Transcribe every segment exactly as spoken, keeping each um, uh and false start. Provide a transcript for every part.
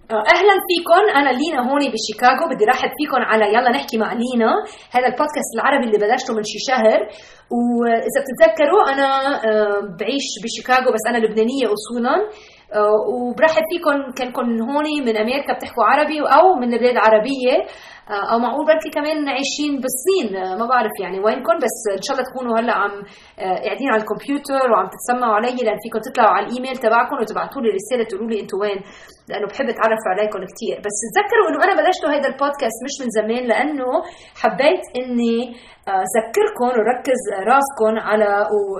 اهلا فيكم. انا لينا هون بشيكاغو. بدي رحب فيكم على يلا نحكي مع لينا، هذا البودكاست العربي اللي بلشته من شي شهر. واذا بتتذكروا انا بعيش بشيكاغو بس انا لبنانيه اصولا، وبرحب فيكم كنكم هون من امريكا بتحكوا عربي او من البلاد العربيه، او معقول بركي كمان عايشين بالصين، ما بعرف يعني وينكم، بس ان شاء الله تكونوا هلا عم قاعدين على الكمبيوتر وعم تتسمعوا علي، لان فيكم تطلعوا على الايميل تبعكم وتبعتوا لي رساله تقولوا لي انتوا وين، لانه بحب اتعرف عليكم كثير. بس تذكروا انه انا بلشت هذا البودكاست مش من زمان، لانه حبيت اني اذكركم وركز راسكم على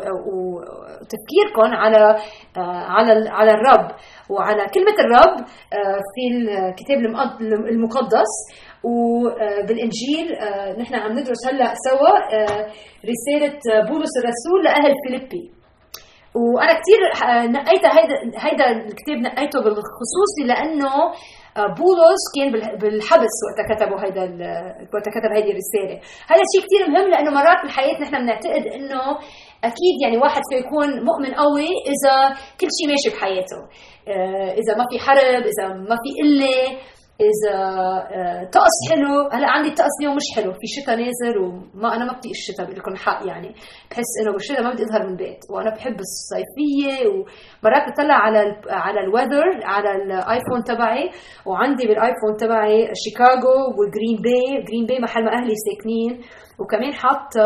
وتفكيركم على على على الرب وعلى كلمه الرب في الكتاب المقدس وبالإنجيل. نحن عم ندرس هلأ سوا رسالة بولس الرسول لأهل فيليبي، وأنا كتير نقيت هيدا هيدا الكتاب نقيته بالخصوص لأنه بولس كان بالحبس وقت كتبه هيدا وقت كتب هيدي الرسالة. هذا شيء كتير مهم، لأنه مرات بالحياة نحن بنعتقد إنه أكيد يعني واحد فيكون مؤمن قوي إذا كل شيء ماشي بحياته، إذا ما في حرب، إذا ما في قلة، إذا طقس حلو. هلا عندي الطقس اليوم مش حلو، في شتاء نازل وما أنا ما بطيق الشتاء، بقول لكم حق يعني، بحس إنه بالشتاء ما بدي أظهر من البيت، وأنا بحب الصيفية. ومرات بطلع على ال على الويذر على الآيفون تبعي، وعندي بالآيفون تبعي شيكاغو وجرين باي، جرين باي محل ما أهلي ساكنين، وكمان حاطة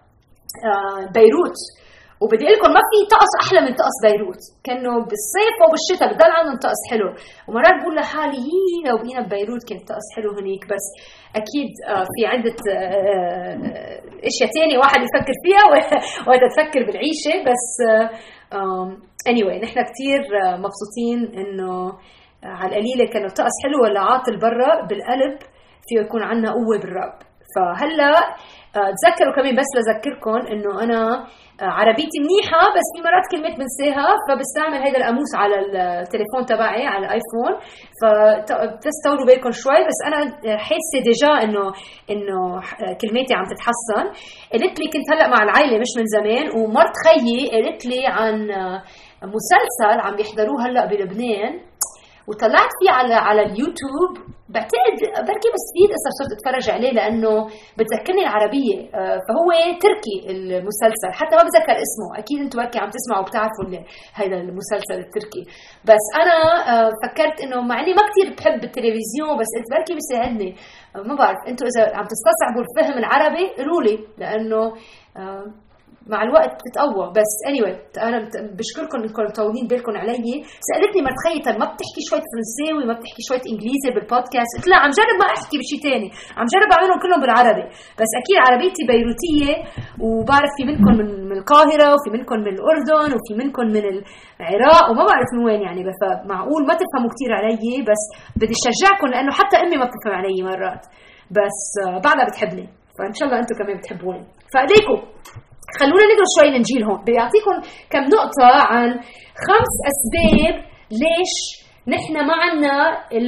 بيروت. وبدي أقول لكم ما في طقس أحلى من طقس بيروت، كانوا بالصيف وبالشتاء بضل عندهم طقس حلو. ومرات بقول لحالي يي لو بقينا ببيروت كان طقس حلو هنيك، بس أكيد في عدة أشياء تانية واحد يفكر فيها وهذا تفكر بالعيشة. بس anyway نحن كتير مبسوطين إنه على القليلة كانوا طقس حلو ولا عاطل برا، بالقلب فيه يكون عنا قوة بالرب. فهلا تذكروا كمان بس لذكركم إنه أنا عربيتي منيحة، بس في مرات كلمات بنساها، فبستعمل هيدا القاموس على التليفون تبعي على الايفون، فتستوروا بالكم شوي. بس أنا حاسة ديجا إنه إنه كلماتي عم تتحسن. قلت لي كنت هلأ مع العائلة مش من زمان، ومرت خيي قلت لي عن مسلسل عم يحضروه هلأ بلبنان، وطلعت فيه على على اليوتيوب. بعتقد بركي بس في قصة صرت اتفرج عليه لأنه بتذكرني العربية، فهو تركي المسلسل، حتى ما بذكر اسمه، أكيد أنتوا بركي عم تسمعوا وبتعرفوا هذا المسلسل التركي. بس أنا فكرت إنه مع إني ما كتير بحب التلفزيون، بس قلت بركي بيساعدني. ما بعرف أنتوا إذا عم تستصعبوا الفهم العربي قولولي، لأنه مع الوقت بتقوى. بس anyway أنا بشكركم إنكم مطولين بالكم علي. سألتني مرت خيي طب ما بتحكي شوية فرنساوي ما بتحكي شوية إنجليزي بالبودكاست؟ قلت لا، عم جرب ما أحكي بشي تاني، عم جرب أعملهم كلهم بالعربي. بس أكيد عربيتي بيروتية، وبعرف في منكم من, من القاهرة، وفي منكم من الأردن، وفي منكم من العراق، وما بعرف من وين يعني، فمعقول ما تفهموا كتير علي. بس بدي شجعكم لأنه حتى أمي ما بتفهم علي مرات، بس بعدها بتحبني، فإن شاء الله أنتم كمان بتحبوني. فأديكم خلونا ندرس شوي الإنجيل هون. بيعطيكم كم نقطة عن خمس أسباب ليش نحن ما عنا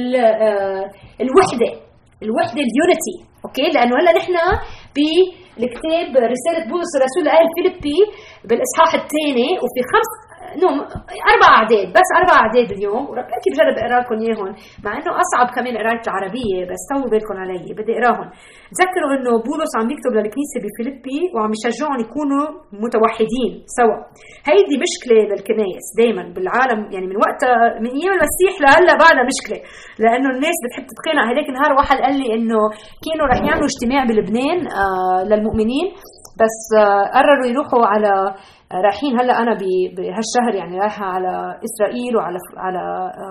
الوحدة الوحدة اليونتي. أوكي، لأنه هلا نحن بالكتاب رسالة بولس الرسول لأهل فيليبي بالإصحاح الثاني، وفي خمس نو أربع أعداد، بس أربع أعداد اليوم، وربنا كيف بجرب أقرأ لكم إياهم، مع إنه أصعب كمان قراءة العربية، بس طولوا بالكم علي بدي أقراهم. تذكروا إنه بولس عم يكتب للكنيسة بفيليبي وعم يشجعهم يكونوا متوحدين سوا. هيدي مشكلة للكنائس دايما بالعالم، يعني من وقت من أيام المسيح لهلا بعدها مشكلة، لأنه الناس بتحب تتخانق. هذاك النهار واحد قال لي إنه كانوا رح يعملوا اجتماع بلبنان آه للمؤمنين، بس آه قرروا يروحوا على رايحين هلا انا بهالشهر يعني رايحه على اسرائيل وعلى على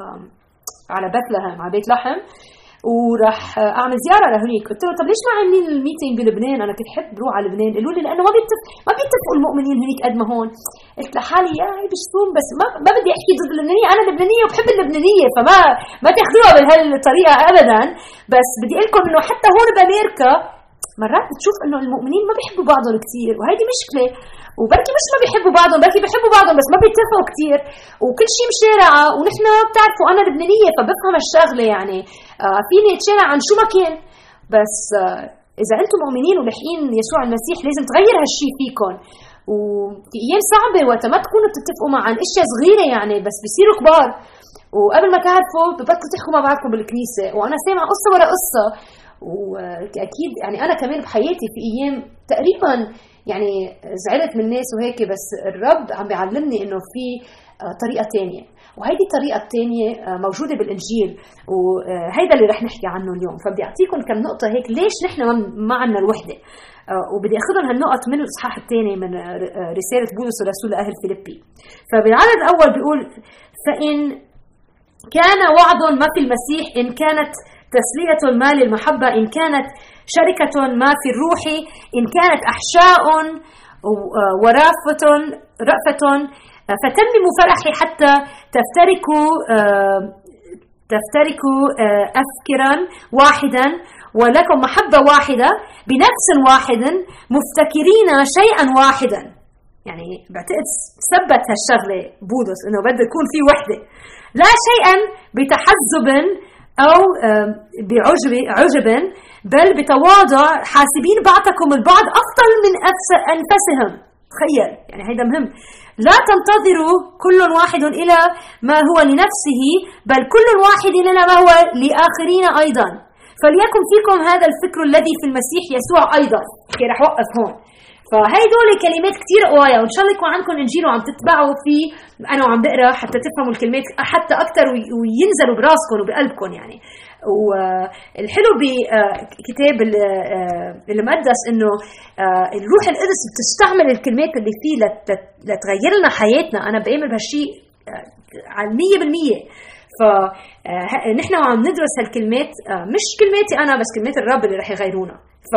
على بثلهم على بيت لحم، وراح اعمل زياره لهنيك. قلت له طب ليش ما عاملين الميتينج بلبنان؟ انا كنت حب بروح على لبنان. قالوا لي لانه ما بيتفق ما بيتفقوا المؤمنين هنيك قد ما هون. قلت لحالي يا هي بشتون، بس ما ما بدي احكي ضد اللبنانيه، انا لبنانيه وبحب اللبنانيه، فما ما تاخذوها بهالطريقه ابدا. بس بدي اقول لكم انه حتى هون بامريكا مرات بتشوف انه المؤمنين ما بيحبوا بعضهم كتير، وهيدي مشكله. وبركي مش ما بيحبوا بعضهم، بركي بيحبوا بعضهم بس ما بيتفقوا كتير، وكل شيء مشارعه. ونحن بتعرفوا انا لبنانيه فبفهم الشغله، يعني آه فيني اتشارع عن شو ما كان. بس آه اذا انتم مؤمنين ولحقين يسوع المسيح لازم تغير هالشيء فيكم. وفي ايام صعبه وقت ما تكونوا بتتفقوا مع عن اشياء صغيره يعني، بس بيصيروا كبار. وقبل ما تعرفوا ببطلوا تحكوا مع بعضكم بالكنيسة. وأنا سامع قصة ورا قصة، وأكيد يعني أنا كمان بحياتي في أيام تقريبا يعني زعلت من الناس وهيك، بس الرب عم بيعلمني إنه في طريقة تانية، وهيدي الطريقة التانية موجودة بالإنجيل، وهيدا اللي رح نحكي عنه اليوم. فبدي أعطيكم كم نقطة هيك ليش نحن ما عنا الوحدة، وبدي أخذهم هالنقط من الإصحاح الثاني من رسالة بولس الرسول لأهل فيليبي. فبالعدد الأول بيقول: فإن كان وعد ما في المسيح، إن كانت تسلية ما للمحبة، إن كانت شركة ما في الروح، إن كانت أحشاء ورافة رأفة، فتمموا فرحي حتى تفتركوا تفتركوا أفكرا واحدا، ولكم محبة واحدة بنفس واحد، مفتكرين شيئا واحدا. يعني بعتقد ثبت هالشغلة بولس إنه بده يكون في وحدة، لا شيئا بتحزب أو بعجب عجب، بل بتواضع، حاسبين بعضكم البعض أفضل من أنفسهم. تخيل يعني هيدا مهم. لا تنتظروا كل واحد إلى ما هو لنفسه، بل كل واحد إلى ما هو لآخرين أيضا. فليكن فيكم هذا الفكر الذي في المسيح يسوع أيضا. كي رح وقف هون. فهي دول كلمات كتير قوايا، وإن شاء الله يكون عندكم إنجيل وعم تتبعوا فيه أنا وعم بقرأ حتى تفهموا الكلمات حتى أكتر وينزلوا براسكم وبقلبكم يعني. والحلو بكتاب المقدس إنه الروح القدس بتستعمل الكلمات اللي فيه لتغير لنا حياتنا. أنا بآمن بهالشيء على مية بالمية. فنحن وعم ندرس هالكلمات مش كلماتي أنا بس كلمات الرب اللي رح يغيرونا. ف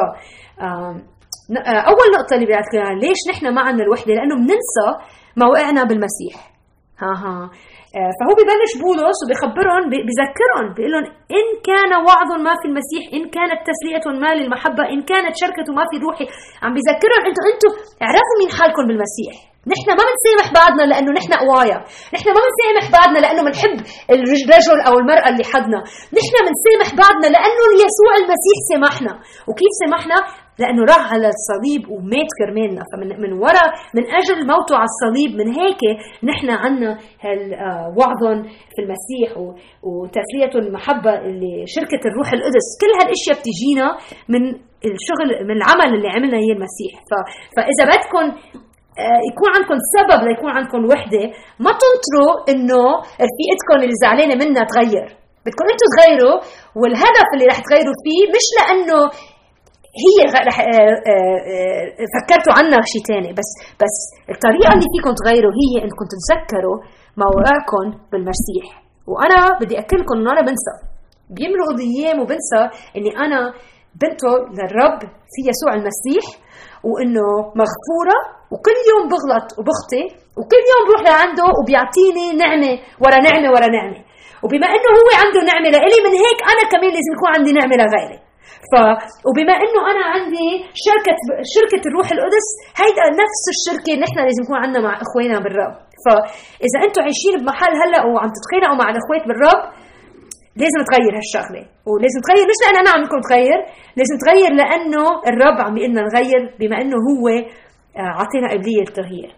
أول نقطة اللي بيعرفها ليش نحن ما عنا الوحدة، لأنه بننسى موقعنا بالمسيح. ها ها فهو ببلش بولس وبيخبرهم بذكرهم بيقول لهم: إن كان وعظ ما في المسيح، إن كانت تسلية ما للمحبة، إن كانت شركة ما في روحي. عم بيذكرهم أنتوا أنتوا اعرفوا مين حالكم بالمسيح. نحن ما بنسامح بعضنا لأنه نحن قوايا، نحن ما بنسامح بعضنا لأنه بنحب الرجل أو المرأة اللي حدنا، نحن بنسامح بعضنا لأنه يسوع المسيح سامحنا. وكيف سامحنا؟ لأنه راح على الصليب ومات كرمالنا. فمن من وراء من أجل موته على الصليب، من هيك نحن عنا هالوعظ في المسيح وتسلية المحبة اللي شركة الروح القدس. كل هالأشياء بتجينا من الشغل من العمل اللي عملنا هي المسيح. فإذا بدكم يكون عندكم سبب ليكون عندكم وحدة، ما تنطروا إنه رفيقتكم اللي زعلانة منها تغير. بدكم أنتوا تغيروا، والهدف اللي رح تغيروا فيه مش لأنه هي رح فكرتوا عنها شيء تاني، بس بس الطريقة اللي فيكم تغيروا هي إنكم تتذكروا موقعكم بالمسيح. وأنا بدي أكلكم إنه أنا بنسى، بيمرق الأيام وبنسى إني أنا بنته للرب في يسوع المسيح، وإنه مغفورة، وكل يوم بغلط وبخطي، وكل يوم بروح لعنده وبيعطيني نعمة ورا نعمة ورا نعمة. وبما إنه هو عنده نعمة لإلي، من هيك أنا كمان لازم يكون عندي نعمة لغيري. ف وبما إنه أنا عندي شركة شركة الروح القدس، هيدا نفس الشركة نحن لازم يكون عندنا مع إخواننا بالرب. فإذا أنتوا عايشين بمحل هلا وعم تتخانقوا مع الإخوات بالرب، لازم تغير هالشغلة. ولازم تغير مش لأن أنا عم بكون تغير، لازم تغير لأنه الرب عم بيقلنا نغير، بما إنه هو عطينا قبلية التغيير.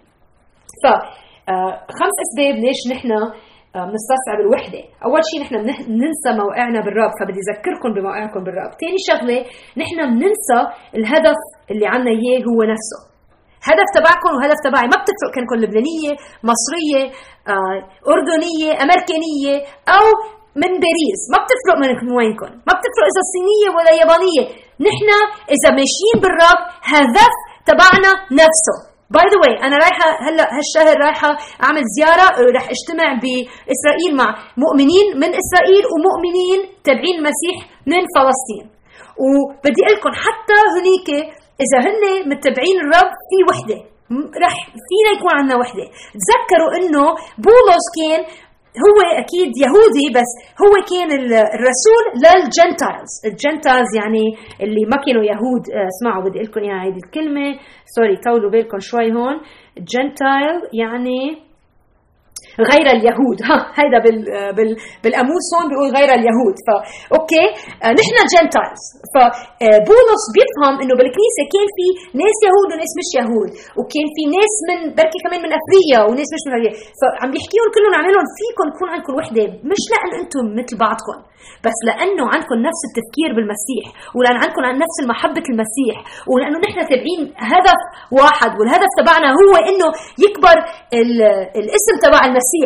فخمس أسباب ليش نحن بنستصعب الوحدة. أول شيء نحن بننسى موقعنا بالرب، فبدي أذكركم بموقعكم بالرب. تاني شغلة نحن بننسى الهدف اللي عنا إياه هو نفسه. هدف تبعكم وهدف تبعي ما بتفرق كنكم لبنانية، مصرية، أردنية، أمريكانية أو من باريس، ما بتفرق من وينكم، ما بتفرق إذا صينية ولا يابانية. نحن إذا ماشيين بالرب هدف تبعنا نفسه. باي ذا واي أنا رايحة هلا هالشهر رايحة أعمل زيارة، رح اجتمع بإسرائيل مع مؤمنين من إسرائيل ومؤمنين تابعين المسيح من فلسطين. وبدي أقول لكم حتى هنيك إذا هن متبعين الرب في وحدة، رح فينا يكون عنا وحدة. تذكروا إنه بولس كان هو أكيد يهودي، بس هو كان الرسول للجنتايلز. الجنتايلز يعني اللي ما كانوا يهود. اسمعوا بدي أقول لكم يعني هذه الكلمة، سوري طولوا بالكم شوي هون. جنتايل يعني غير اليهود. ها هيدا بال بال بالقاموس هون بيقول غير اليهود. فا اوكي آه نحن جنتايلز. فبولس بيفهم انه بالكنيسه كان في ناس يهود وناس مش يهود، وكان في ناس من بركي كمان من افريقيا وناس مش من افريقيا. فعم بيحكيهم كلهم عاملهم فيكم يكون عندكم وحده، مش لان انتم مثل بعضكم، بس لانه عندكم نفس التفكير بالمسيح، ولان عندكم عن نفس المحبه المسيح، ولانه نحن تابعين هدف واحد، والهدف تبعنا هو انه يكبر الاسم تبع المسيح،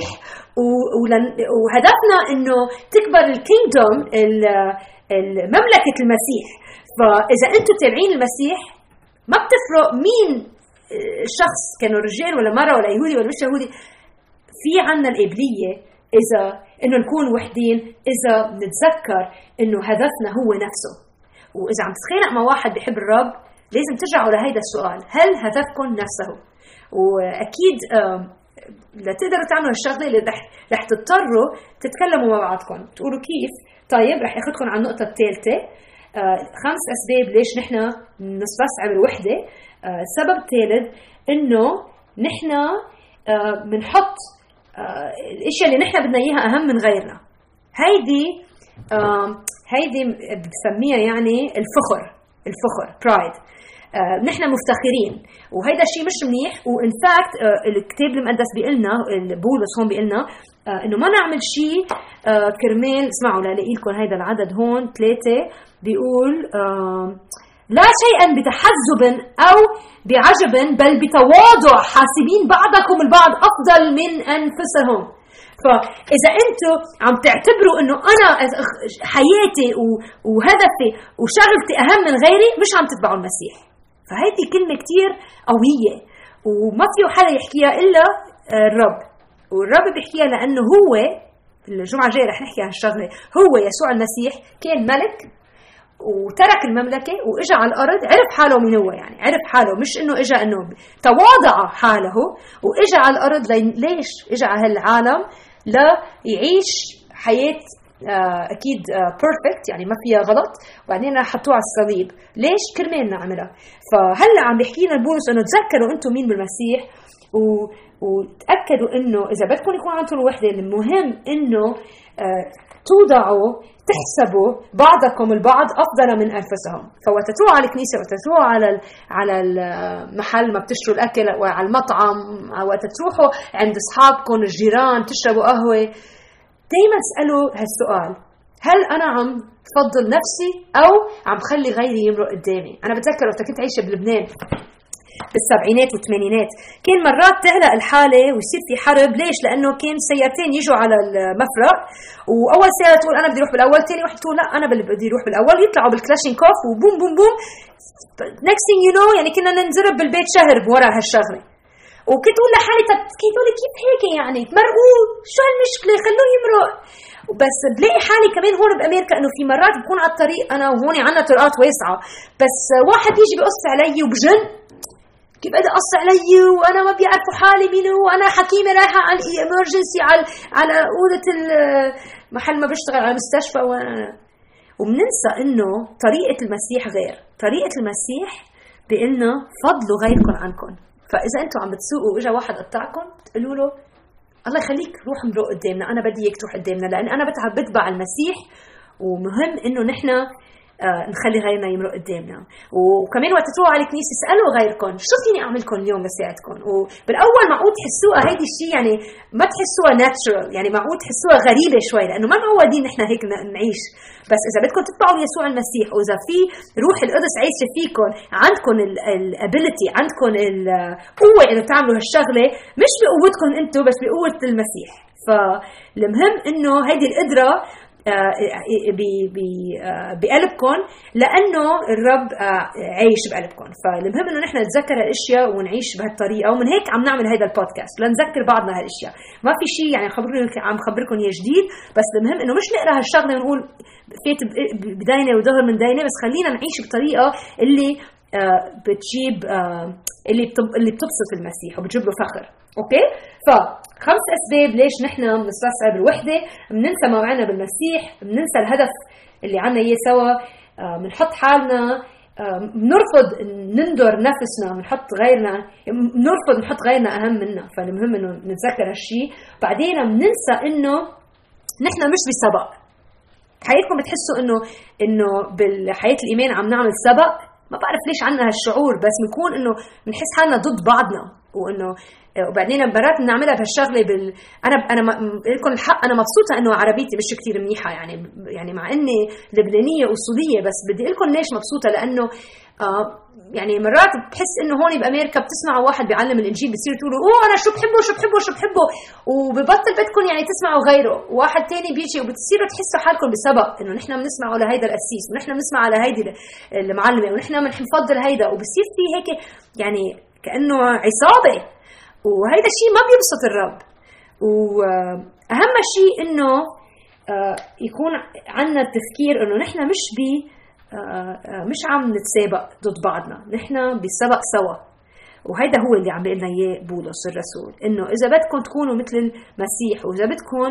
وهدفنا انه تكبر الكينجدوم المملكه المسيح. فاذا انتم تابعين المسيح ما بتفرق مين شخص، كانوا رجال ولا مره ولا يهودي ولا مش يهودي، في عنا القابليه اذا انه نكون وحدين، اذا نتذكر انه هدفنا هو نفسه. واذا عم تتخانق مع واحد بيحب الرب لازم ترجعوا لهيدا السؤال، هل هدفكم نفسه؟ واكيد لتقدروا تعملوا هالشغله اللي رح رح تضطروا تتكلموا مع بعضكم، تقولوا كيف. طيب رح اخذكم على النقطه الثالثه، خمس اسباب ليش نحن نستصعب الوحده. السبب الثالث انه نحن بنحط الاشياء اللي نحن بدنا اياها اهم من غيرنا. هيدي هيدي بسميها يعني الفخر، الفخر برايد. نحن مفتخرين، وهيدا الشيء مش منيح. وان فاكت الكتاب المقدس بيقلنا، بولس هون بيقلنا انه ما نعمل شيء كرمال، اسمعوا لالاقي لكم هيدا العدد هون ثلاثة، بيقول لا شيئا بتحزب او بعجب بل بتواضع حاسبين بعضكم البعض افضل من انفسهم. فاذا انتم عم تعتبروا انه انا حياتي وهدفي وشغلتي اهم من غيري، مش عم تتبعوا المسيح. فهيدي كلمه كتير قويه وما فيه حدا يحكيها الا الرب، والرب بيحكيها لانه هو الجمعه الجايه رح نحكي عن الشغله. هو يسوع المسيح كان ملك وترك المملكه واجا على الارض، عرف حاله مين هو، يعني عرف حاله، مش انه اجا انه تواضع حاله واجا على الارض. ليش اجا على هالعالم؟ لا يعيش حياه اكيد بيرفكت، يعني ما فيها غلط، وبعدين راح حطوه على الصليب. ليش؟ كرمالنا عملها. فهلا عم بيحكي لنا بولس انه تذكروا انتم مين بالمسيح، و وتاكدوا انه اذا بدكم يكون عندكم وحده، المهم انه توضعوا تحسبوا بعضكم البعض افضل من انفسهم. فوقت تروحوا على الكنيسه، وقت تروحوا على على المحل ما بتشتروا الاكل، وعلى المطعم، وقت تروحوا عند اصحابكم الجيران تشربوا قهوه، دايما اسالوا هالسؤال: هل انا عم بفضل نفسي او عم خلي غيري يمرق قدامي؟ انا بتذكر وقت كنت عايشه بلبنان بالسبعينات والثمانينات، كان مرات تعلق الحالة ويصير في حرب. ليش؟ لأنه كان سيارتين يجوا على المفرق، وأول سيارة تقول أنا بدي أروح بالأول، تاني واحد تقول لا أنا بدي أروح بالأول، يطلعوا بالكلاشينكوف وبوم بوم بوم. next thing you know يعني كنا ننزرب بالبيت شهر بورا هالشغلة. وكنت أقول لحالي طب كنت أقول كيف هيك يعني تمرقوا، شو هالمشكلة، خلوه يمرق. بس بلاقي حالي كمان هون بأمريكا إنه في مرات بكون على الطريق أنا وهون عنا طرقات واسعة، بس واحد يجي بيقص علي وبجن كيف بدي أقص علي وأنا ما بيعرفوا حالي مين هو، أنا حكيمة رايحة على الإمرجنسي على على أوضة المحل ما بشتغل على المستشفى، وأنا وبننسى إنه طريقة المسيح غير. طريقة المسيح بيقلنا فضلوا غيركم عنكم. فإذا أنتوا عم بتسوقوا وإجا واحد قطعكم تقولوا له الله يخليك روح امرق قدامنا، أنا بدي إياك تروح قدامنا، لأن أنا بتعب بتبع المسيح، ومهم إنه نحن آه نخلي غيرنا يمرق قدامنا. وكمان وقت تروحوا على الكنيسه اسالوا غيركم شو فيني اعملكم اليوم لساعدكم. وبالاول معقول تحسوها هيدي الشيء يعني ما تحسوها ناتشرال، يعني معقول تحسوها غريبه شوي لانه ما معودين نحن هيك نعيش. بس اذا بدكم تتبعوا يسوع المسيح، واذا في روح القدس عايشه فيكم، عندكم الابيليتي، عندكم القوه انه تعملوا هالشغله، مش بقوتكم انتم بس بقوه المسيح. فالمهم انه هيدي القدره بقلبكم لأنه الرب عايش بقلبكم. فالمهم إنه نحن نتذكر هالأشياء ونعيش بهالطريقة، ومن هيك عم نعمل هذا البودكاست لنذكر بعضنا هالأشياء. ما في شيء يعني خبركم عم خبركم يا جديد، بس المهم إنه مش نقرأ هالشغلة ونقول فات بداينة وظهر من داينة، بس خلينا نعيش بطريقة اللي بتجيب اللي اللي بتبسط المسيح وبتجيب له فخر. اوكي، فخمس اسباب ليش نحن بنستصعب الوحده: بننسى موعدنا بالمسيح، بننسى الهدف اللي عنا اياه سوا، بنحط حالنا بنرفض نندر نفسنا بنحط غيرنا بنرفض نحط غيرنا أهم منا. فالمهم إنه نتذكر هالشيء. بعدين بننسى إنه نحن مش بسبق. حياتكم بتحسوا إنه إنه بالحياة الإيمان عم نعمل سبق، ما بعرف ليش عنا هالشعور، بس بنكون إنه بنحس حالنا ضد بعضنا. وإنه وبعدين مرات بنعملها بهالشغله بال انا انا لكم الحق انا مبسوطه انه عربيتي مش كتير منيحه، يعني يعني مع اني لبنانيه اصوليه، بس بدي اقول لكم ليش مبسوطه، لانه آه يعني مرات بحس انه هون بامريكا بتسمعوا واحد بيعلم الانجيل بتصير تقولوا اوه انا شو بحبه شو بحبه شو بحبه وببطل بدكم يعني تسمعوا غيره. واحد تاني بيجي وبتصيروا تحسوا حالكم بسبق انه نحن بنسمعوا لهيدا القسيس ونحن بنسمع لهيدي المعلمه ونحن بنفضل هيدا، وبصير في هيك يعني كانه عصابه، وهيدا الشيء ما بيبسط الرب. وأهم شيء إنه يكون عنا التفكير إنه نحن مش بي مش عم نتسابق ضد بعضنا، نحن بسبق سوا. وهيدا هو اللي عم بيقلنا إياه بولس الرسول، إنه إذا بدكم تكونوا مثل المسيح وإذا بدكم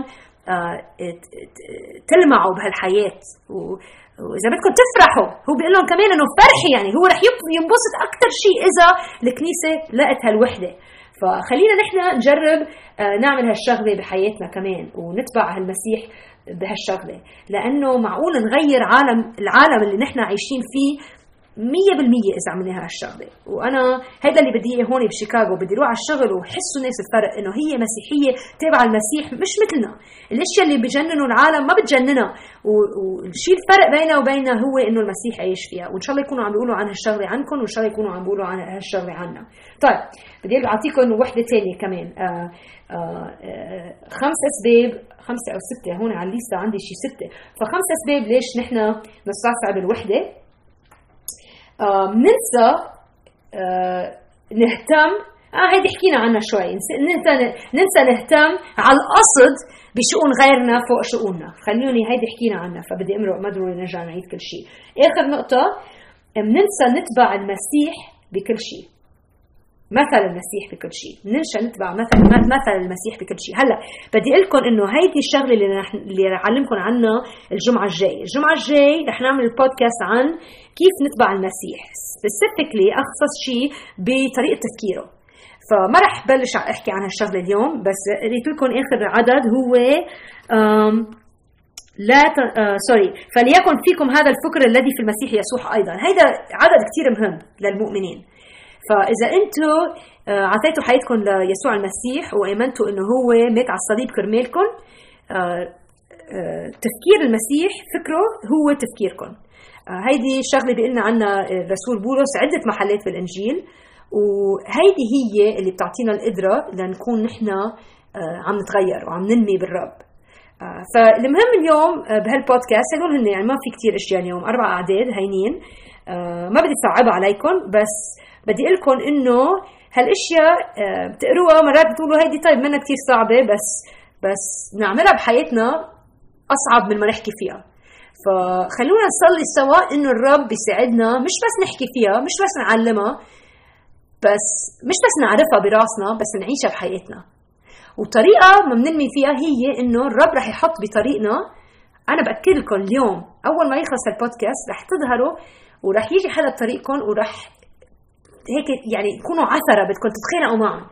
تلمعوا بهالحياة وإذا بدكم تفرحوا، هو بيقول لهم كمان إنه فرحي يعني هو رح ينبسط أكتر شيء إذا الكنيسة لقت هالوحدة. فخلينا نحن نجرب نعمل هالشغلة بحياتنا كمان ونتبع هالمسيح بهالشغلة، لأنه معقول نغير عالم العالم اللي نحن عايشين فيه مية بالمية إذا عملنا هالشغلة. وأنا هذا اللي بدي إياه هون بشيكاغو، بدي روح على الشغل وحسوا الناس الفرق، إنه هي مسيحية تابعة المسيح مش مثلنا. الأشياء اللي بجننوا العالم ما بتجننا، والشيء الفرق بيننا وبيننا هو إنه المسيح عايش فيها. وإن شاء الله يكونوا عم بيقولوا عن هالشغلة عنكم، وإن شاء الله يكونوا عم بيقولوا عن هالشغلة عنا. طيب بدي أعطيكم وحدة تانية كمان، آآ آآ خمس أسباب، خمسة أو ستة هون على الليستة عندي شيء ستة. فخمس أسباب ليش نحن نستصعب الوحدة. آه ننسى آه نهتم اه هيدي حكينا عنها شوي، ننسى ننسى نهتم على القصد بشؤون غيرنا فوق شؤوننا. خلوني هيدي حكينا عنها، فبدي امرق ما ضروري نرجع نعيد كل شيء. اخر نقطه، بننسى نتبع المسيح بكل شيء، مثل المسيح بكل شيء. ننسى نتبع مثل مثل المسيح بكل شيء. هلا بدي اقول لكم انه هيدي الشغله اللي رح اللي رح اعلمكم عنها الجمعه الجاي. الجمعه الجاي رح نعمل البودكاست عن كيف نتبع المسيح، سبيسيفيكلي اخصص شيء بطريقه تفكيره. فما رح بلش احكي عن هالشغله اليوم، بس قريت لكم اخر عدد هو أم لا ت... آه سوري فليكن فيكم هذا الفكر الذي في المسيح يسوع ايضا. هيدا عدد كتير مهم للمؤمنين. فإذا أنتوا عطيتوا حياتكم ليسوع المسيح وآمنتوا إنه هو مات على الصليب كرمالكم، تفكير المسيح فكره هو تفكيركم. هيدي الشغلة بيقلنا عنها الرسول بولس عدة محلات بالإنجيل، وهيدي هي اللي بتعطينا القدرة لنكون نحن عم نتغير وعم ننمي بالرب. فالمهم اليوم بهالبودكاست هدول هن يعني ما في كتير اشياء اليوم، اربع اعداد هينين، ما بدي صعبها عليكم، بس بدي اقول لكم انه هالاشياء بتقروها مرات بتقولوا هيدي طيب منا كتير صعبه، بس بس نعملها بحياتنا اصعب من ما نحكي فيها. فخلونا نصلي سوا انه الرب يساعدنا مش بس نحكي فيها، مش بس نعلمها، بس مش بس نعرفها براسنا، بس نعيشها بحياتنا. وطريقة ما بننمي فيها هي إنه الرب رح يحط بطريقنا. أنا بأكد لكم اليوم أول ما يخلص البودكاست رح تظهروا ورح يجي حدا بطريقكم ورح هيك يعني يكونوا عثرة بدكم تتخانقوا معهم،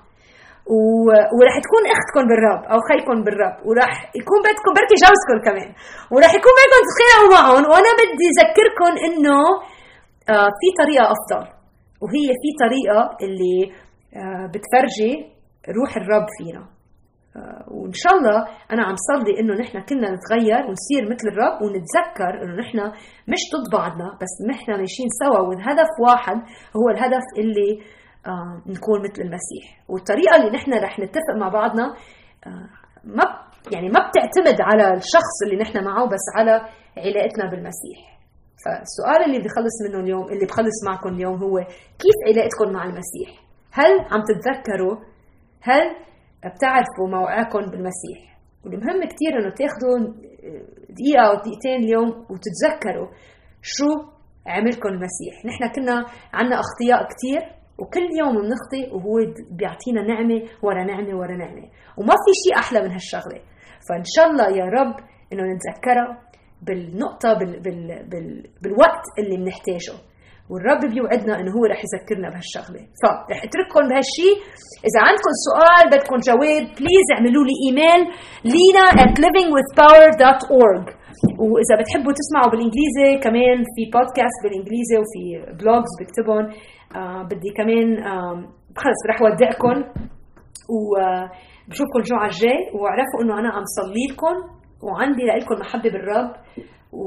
ورح تكون أختكم بالرب أو خيكم بالرب، ورح يكون بدكم بركي جوزكم كمان، ورح يكون بدكم تتخانقوا معهم. وأنا بدي أذكركم إنه آه في طريقة أفضل، وهي في طريقة اللي آه بتفرجي روح الرب فينا. وإن شاء الله أنا عم صلي إنه نحن كنا نتغير ونصير مثل الرب، ونتذكر إنه نحن مش ضد بعضنا، بس نحن ماشيين سوا والهدف واحد هو الهدف اللي آه نكون مثل المسيح. والطريقة اللي نحن رح نتفق مع بعضنا آه ما يعني ما بتعتمد على الشخص اللي نحن معه، بس على علاقتنا بالمسيح. فالسؤال اللي بخلص منه اليوم، اللي بخلص معكم اليوم، هو كيف علاقتكم مع المسيح؟ هل عم تتذكروا؟ هل بتعرفوا موقعكم بالمسيح؟ والمهم كتير انه تاخدوا دقيقة او دقيقتين اليوم وتتذكروا شو عملكم المسيح. نحن كنا عنا اخطياء كتير، وكل يوم بنخطي وهو بيعطينا نعمة ورا نعمة ورا نعمة، وما في شيء احلى من هالشغلة. فان شاء الله يا رب انه نتذكرها بالنقطة بال بال بال بالوقت اللي بنحتاجه. والرب بيوعدنا انه هو رح يذكرنا بهالشغله. فرح اترككم بهالشيء. اذا عندكم سؤال بدكم جواب بليز اعملوا لي ايميل لينا at living with power dot org. واذا بتحبوا تسمعوا بالانجليزي كمان في بودكاست بالانجليزي وفي بلوجز بكتبهم. آه بدي كمان آه خلص رح ودعكم وبشوفكم الجمعه الجاي. واعرفوا انه انا عم صلي لكم وعندي لكم محبه بالرب و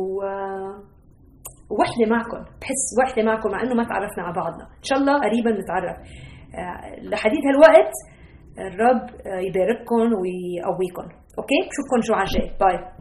وحده معكم. بحس وحده معكم مع انه ما تعرفنا على بعضنا. ان شاء الله قريبا نتعرف. لحديث هالوقت الرب يبارككم ويقويكم. اوكي بشوفكم الجمعه الجاي. باي.